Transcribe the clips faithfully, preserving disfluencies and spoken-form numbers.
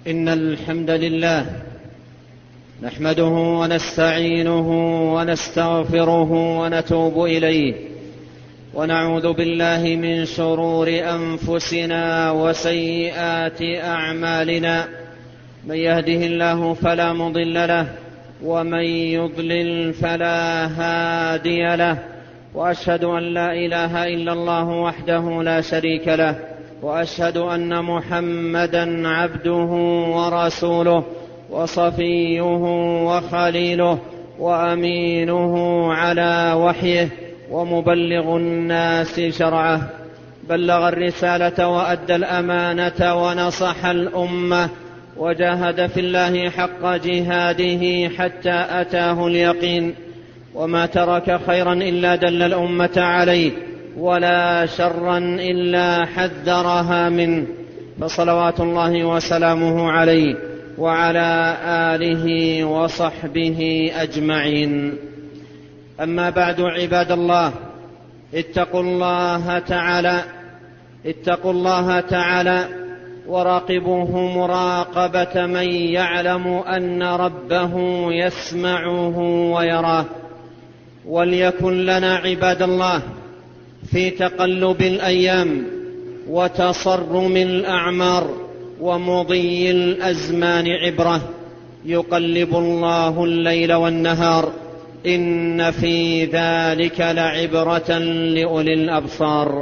إن الحمد لله نحمده ونستعينه ونستغفره ونتوب إليه، ونعوذ بالله من شرور أنفسنا وسيئات أعمالنا. من يهده الله فلا مضل له، ومن يضلل فلا هادي له، وأشهد أن لا إله إلا الله وحده لا شريك له، وأشهد أن محمدًا عبده ورسوله وصفيه وخليله وأمينه على وحيه ومبلغ الناس شرعه. بلغ الرسالة وأدى الأمانة ونصح الأمة، وجاهد في الله حق جهاده حتى أتاه اليقين. وما ترك خيرا إلا دل الأمة عليه، ولا شرا إلا حذرها منه، فصلوات الله وسلامه عليه وعلى آله وصحبه أجمعين. أما بعد، عباد الله، اتقوا الله تعالى اتقوا الله تعالى وراقبوه مراقبة من يعلم أن ربه يسمعه ويراه. وليكن لنا عباد الله في تقلب الأيام وتصرم الأعمار ومضي الأزمان عبرة. يقلب الله الليل والنهار، إن في ذلك لعبرة لأولي الأبصار.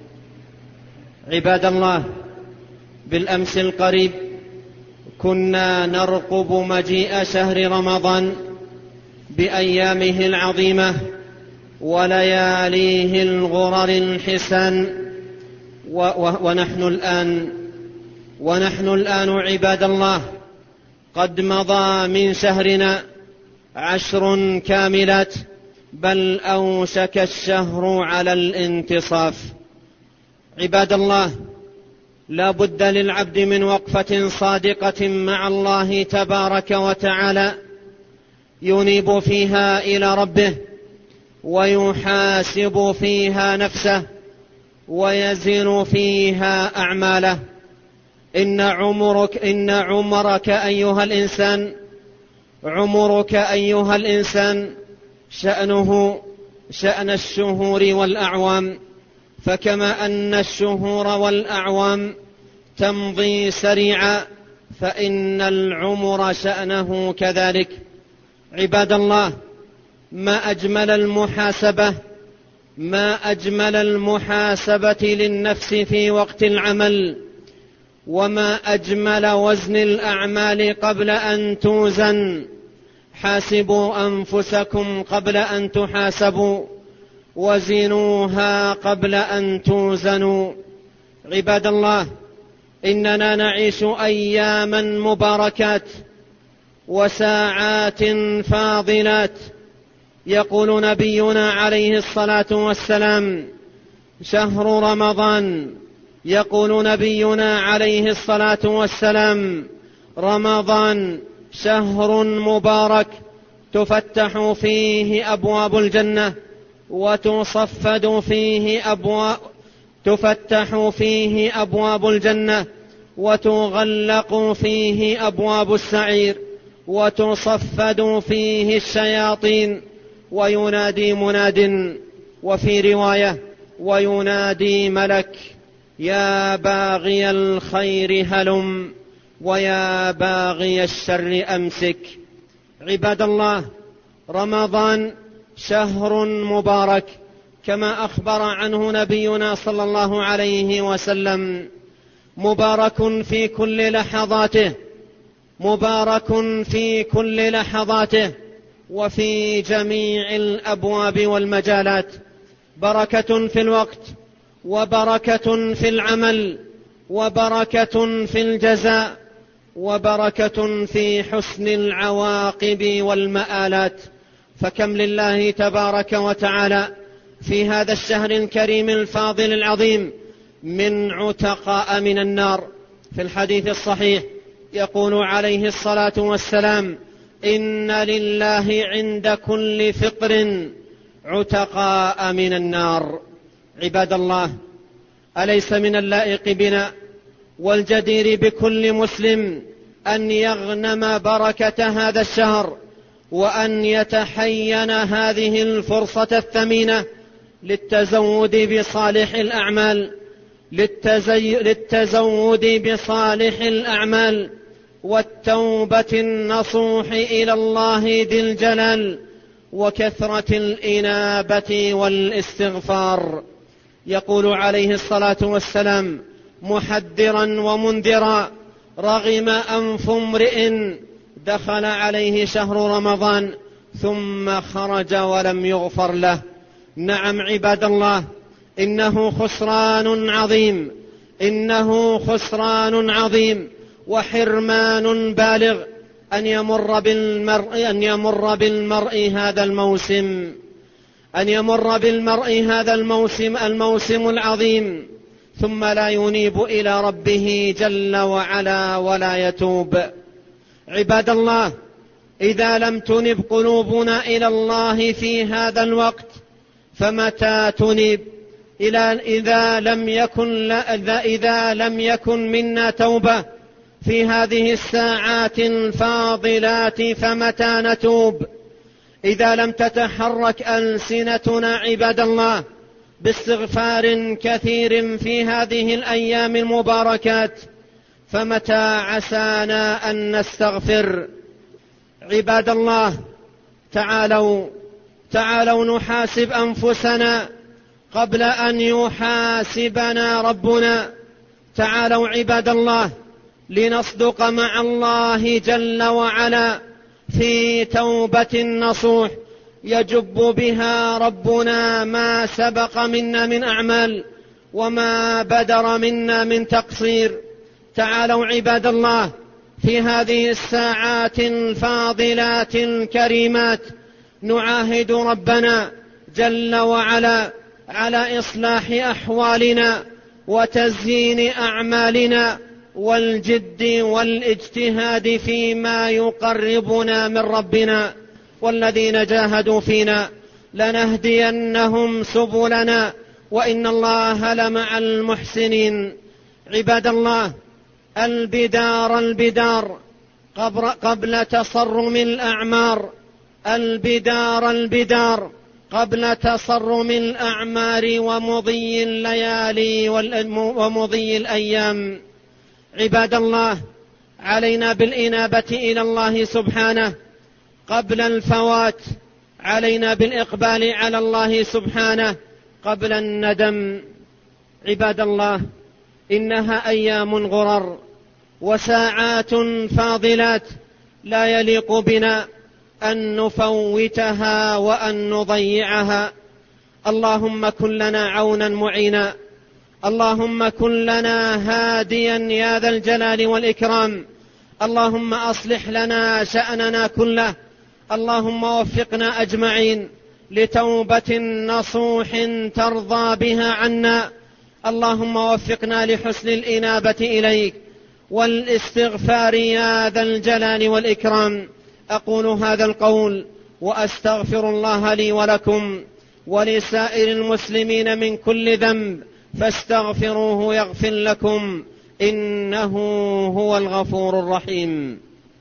عباد الله، بالأمس القريب كنا نرقب مجيء شهر رمضان بأيامه العظيمة ولياليه الغرر الحسان، ونحن الآن ونحن الآن عباد الله قد مضى من شهرنا عشر كاملات، بل أوشك الشهر على الانتصاف. عباد الله، لا بد للعبد من وقفة صادقة مع الله تبارك وتعالى ينيب فيها إلى ربه، ويحاسب فيها نفسه، ويزن فيها أعماله. إن عمرك إن عمرك أيها الإنسان عمرك أيها الإنسان شأنه شأن الشهور والأعوام، فكما أن الشهور والأعوام تمضي سريعا، فإن العمر شأنه كذلك. عباد الله، ما أجمل المحاسبة ما أجمل المحاسبة للنفس في وقت العمل، وما أجمل وزن الأعمال قبل أن توزن. حاسبوا أنفسكم قبل أن تحاسبوا، وزنوها قبل أن توزنوا. عباد الله، إننا نعيش أياما مباركات وساعات فاضلات. يقول نبينا عليه الصلاة والسلام: شهر رمضان يقول نبينا عليه الصلاة والسلام رمضان شهر مبارك، تفتح فيه أبواب الجنة، وتصفد فيه أبواب تفتح فيه أبواب الجنة، وتغلق فيه أبواب السعير، وتصفد فيه الشياطين. وينادي مناد، وفي رواية: وينادي ملك: يا باغي الخير هلم، ويا باغي الشر أمسك. عباد الله، رمضان شهر مبارك كما أخبر عنه نبينا صلى الله عليه وسلم، مبارك في كل لحظاته مبارك في كل لحظاته وفي جميع الأبواب والمجالات. بركة في الوقت، وبركة في العمل، وبركة في الجزاء، وبركة في حسن العواقب والمآلات. فكم لله تبارك وتعالى في هذا الشهر الكريم الفاضل العظيم من عتقاء من النار. في الحديث الصحيح يقول عليه الصلاة والسلام: إن لله عند كل فقر عتقاء من النار. عباد الله، أليس من اللائق بنا والجدير بكل مسلم أن يغنم بركة هذا الشهر، وأن يتحين هذه الفرصة الثمينة للتزود بصالح الأعمال للتزي... للتزود بصالح الأعمال والتوبة النصوح إلى الله ذي الجلال وكثرة الإنابة والاستغفار. يقول عليه الصلاة والسلام محذرا ومنذرا: رغم أنف امرئ دخل عليه شهر رمضان ثم خرج ولم يغفر له. نعم عباد الله، إنه خسران عظيم، إنه خسران عظيم وحرمان بالغ أن يمر بالمرء أن يمر بالمرء هذا الموسم أن يمر بالمرء هذا الموسم الموسم العظيم ثم لا ينيب إلى ربه جل وعلا ولا يتوب. عباد الله، إذا لم تنب قلوبنا إلى الله في هذا الوقت فمتى تنب؟ إذا لم يكن إذا لم يكن منا توبة في هذه الساعات الفاضلات فمتى نتوب؟ إذا لم تتحرك ألسنتنا عباد الله باستغفار كثير في هذه الأيام المباركات فمتى عسانا أن نستغفر؟ عباد الله، تعالوا تعالوا نحاسب أنفسنا قبل أن يحاسبنا ربنا. تعالوا عباد الله لنصدق مع الله جل وعلا في توبة نصوح يجب بها ربنا ما سبق منا من أعمال وما بدر منا من تقصير. تعالوا عباد الله في هذه الساعات الفاضلات الكريمات نعاهد ربنا جل وعلا على إصلاح أحوالنا وتزيين أعمالنا والجد والاجتهاد فيما يقربنا من ربنا. والذين جاهدوا فينا لنهدينهم سبلنا وإن الله لمع المحسنين. عباد الله، البدار البدار قبل تصرم الأعمار البدار البدار قبل تصرم الأعمار ومضي الليالي ومضي الأيام. عباد الله، علينا بالإنابة إلى الله سبحانه قبل الفوات، علينا بالإقبال على الله سبحانه قبل الندم. عباد الله، إنها أيام غرر وساعات فاضلات لا يليق بنا أن نفوتها وأن نضيعها. اللهم كن لنا عونا معينا، اللهم كن لنا هاديا يا ذا الجلال والإكرام. اللهم أصلح لنا شأننا كله، اللهم وفقنا أجمعين لتوبة نصوح ترضى بها عنا. اللهم وفقنا لحسن الإنابة إليك والاستغفار يا ذا الجلال والإكرام. أقول هذا القول وأستغفر الله لي ولكم ولسائر المسلمين من كل ذنب فاستغفروه يغفر لكم إنه هو الغفور الرحيم.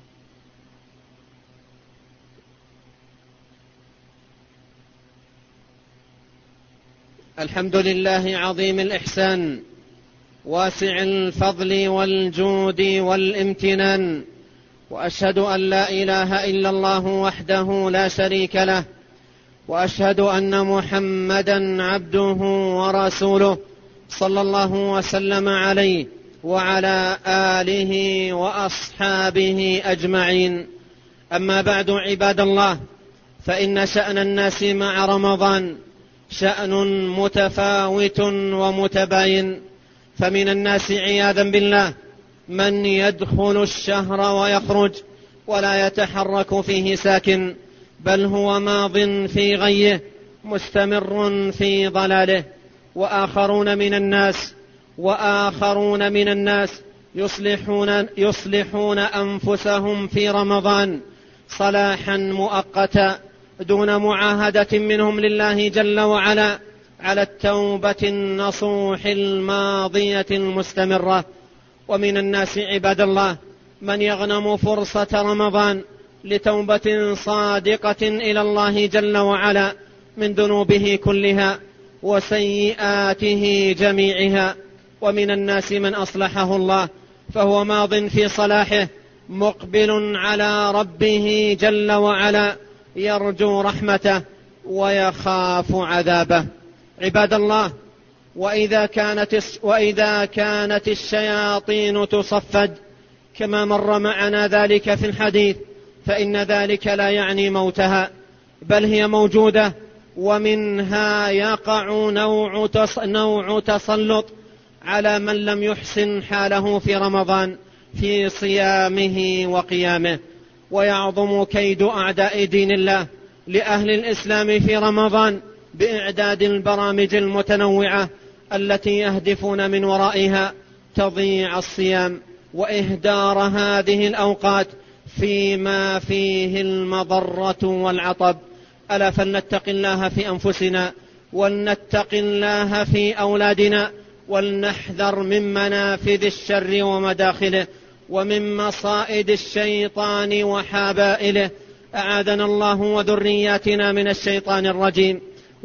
الحمد لله عظيم الإحسان واسع الفضل والجود والامتنان، وأشهد أن لا إله إلا الله وحده لا شريك له، وأشهد أن محمدا عبده ورسوله صلى الله وسلم عليه وعلى آله وأصحابه أجمعين. أما بعد عباد الله، فإن شأن الناس مع رمضان شأن متفاوت ومتباين، فمن الناس عياذا بالله من يدخل الشهر ويخرج ولا يتحرك فيه ساكن، بل هو ماض في غيه مستمر في ضلاله. وآخرون من الناس وآخرون من الناس يصلحون, يصلحون أنفسهم في رمضان صلاحا مؤقتا دون معاهدة منهم لله جل وعلا على التوبة النصوح الماضية المستمرة. ومن الناس عباد الله من يغنم فرصة رمضان لتوبة صادقة إلى الله جل وعلا من ذنوبه كلها وسيئاته جميعها. ومن الناس من أصلحه الله فهو ماض في صلاحه مقبل على ربه جل وعلا يرجو رحمته ويخاف عذابه. عباد الله، وإذا كانت, وإذا كانت الشياطين تصفد كما مر معنا ذلك في الحديث فإن ذلك لا يعني موتها، بل هي موجودة، ومنها يقع نوع, نوع تسلط على من لم يحسن حاله في رمضان في صيامه وقيامه. ويعظم كيد أعداء دين الله لأهل الإسلام في رمضان بإعداد البرامج المتنوعة التي يهدفون من ورائها تضييع الصيام وإهدار هذه الأوقات فيما فيه المضرة والعطب. ألا فلنتق الله في أنفسنا ولنتق الله في أولادنا ولنحذر من منافذ الشر ومداخله ومن مصائد الشيطان وحبائله. أعاذنا الله وذرياتنا من الشيطان الرجيم،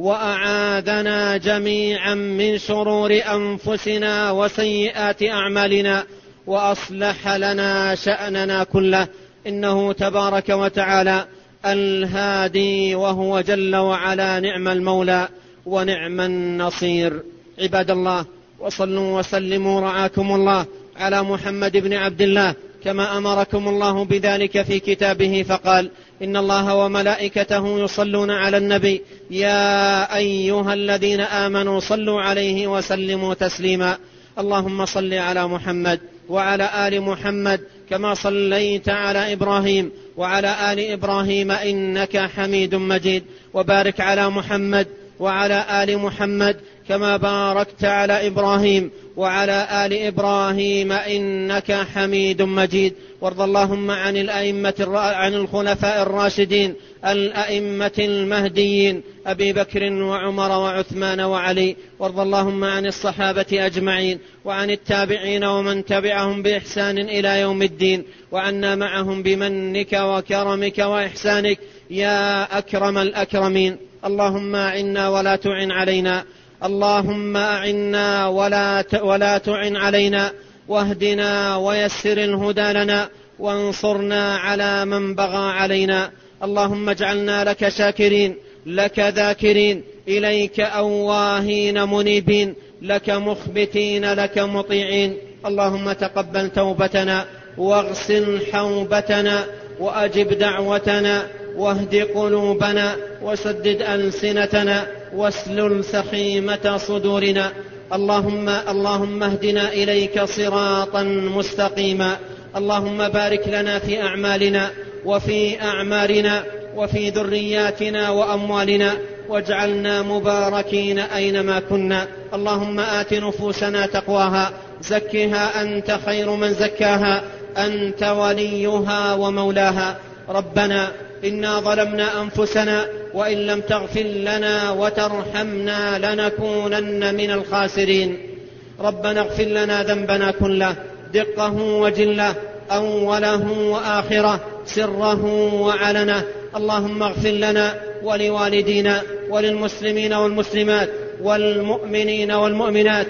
وأعاذنا جميعا من شرور أنفسنا وسيئات أعمالنا، وأصلح لنا شأننا كله، إنه تبارك وتعالى الهادي وهو جل وعلا نعم المولى ونعم النصير. عباد الله، وصلوا وسلموا رعاكم الله على محمد بن عبد الله كما أمركم الله بذلك في كتابه فقال: إن الله وملائكته يصلون على النبي يا أيها الذين آمنوا صلوا عليه وسلموا تسليما. اللهم صل على محمد وعلى آل محمد كما صليت على إبراهيم وعلى آل إبراهيم إنك حميد مجيد، وبارك على محمد وعلى آل محمد كما باركت على إبراهيم وعلى آل إبراهيم إنك حميد مجيد. وارض اللهم عن الأئمة عن الخلفاء الراشدين الأئمة المهديين أبي بكر وعمر وعثمان وعلي. وارض اللهم عن الصحابة أجمعين وعن التابعين ومن تبعهم بإحسان إلى يوم الدين، وعنا معهم بمنك وكرمك وإحسانك يا أكرم الأكرمين. اللهم أعنا ولا تعن علينا، اللهم أعنا ولا ولا تعن علينا، واهدنا ويسر الهدى لنا، وانصرنا على من بغى علينا. اللهم اجعلنا لك شاكرين، لك ذاكرين، إليك أواهين منيبين، لك مخبتين، لك مطيعين. اللهم تقبل توبتنا واغسل حوبتنا وأجب دعوتنا واهد قلوبنا وسدد ألسنتنا واسلل سخيمة صدورنا. اللهم اللهم اهدنا إليك صراطا مستقيما. اللهم بارك لنا في أعمالنا وفي أعمارنا وفي ذرياتنا وأموالنا، واجعلنا مباركين أينما كنا. اللهم آت نفوسنا تقواها، زكها أنت خير من زكاها، أنت وليها ومولاها. ربنا إنا ظلمنا أنفسنا وإن لم تغفر لنا وترحمنا لنكونن من الخاسرين. ربنا اغفر لنا ذنبنا كله، دقه وجله، أوله وآخره، سره وعلنه. اللهم اغفر لنا ولوالدينا وللمسلمين والمسلمات والمؤمنين والمؤمنات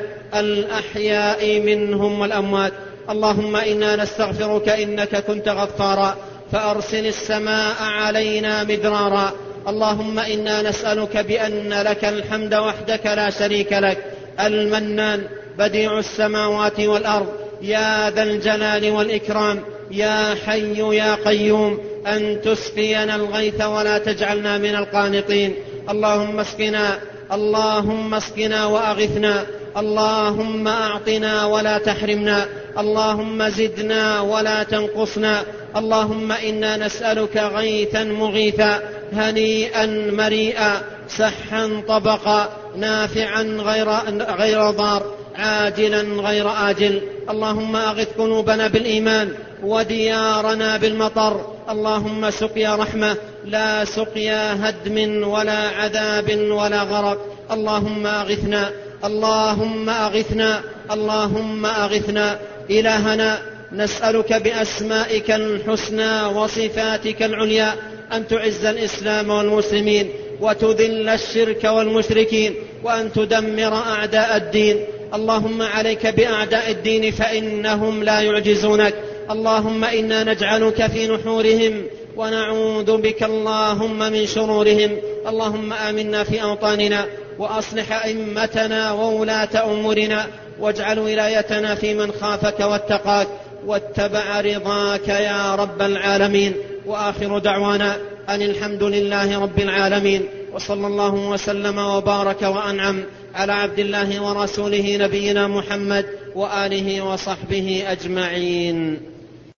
الأحياء منهم والأموات. اللهم إنا نستغفرك إنك كنت غفارا فأرسل السماء علينا مدرارا. اللهم إنا نسألك بأن لك الحمد وحدك لا شريك لك، المنان بديع السماوات والأرض، يا ذا الجلال والإكرام، يا حي يا قيوم، أن تسقينا الغيث ولا تجعلنا من القانطين. اللهم اسقنا اللهم اسقنا وأغثنا، اللهم أعطنا ولا تحرمنا، اللهم زدنا ولا تنقصنا. اللهم إنا نسألك غيثا مغيثا، هنيئا مريئا، سحا طبقا، نافعا غير, غير ضار، عاجلا غير آجل. اللهم أغث قلوبنا بالإيمان وديارنا بالمطر. اللهم سقيا رحمة لا سقيا هدم ولا عذاب ولا غرق. اللهم أغثنا اللهم أغثنا اللهم أغثنا. إلهنا نسألك بأسمائك الحسنى وصفاتك العليا أن تعز الإسلام والمسلمين وتذل الشرك والمشركين وأن تدمر أعداء الدين. اللهم عليك بأعداء الدين فإنهم لا يعجزونك. اللهم إنا نجعلك في نحورهم ونعوذ بك اللهم من شرورهم. اللهم آمنا في أوطاننا وأصلح أئمتنا وولاة أمورنا واجعل ولايتنا في من خافك واتقاك واتبع رضاك يا رب العالمين. وآخر دعوانا أن الحمد لله رب العالمين، وصلى الله وسلم وبارك وأنعم على عبد الله ورسوله نبينا محمد وآله وصحبه أجمعين.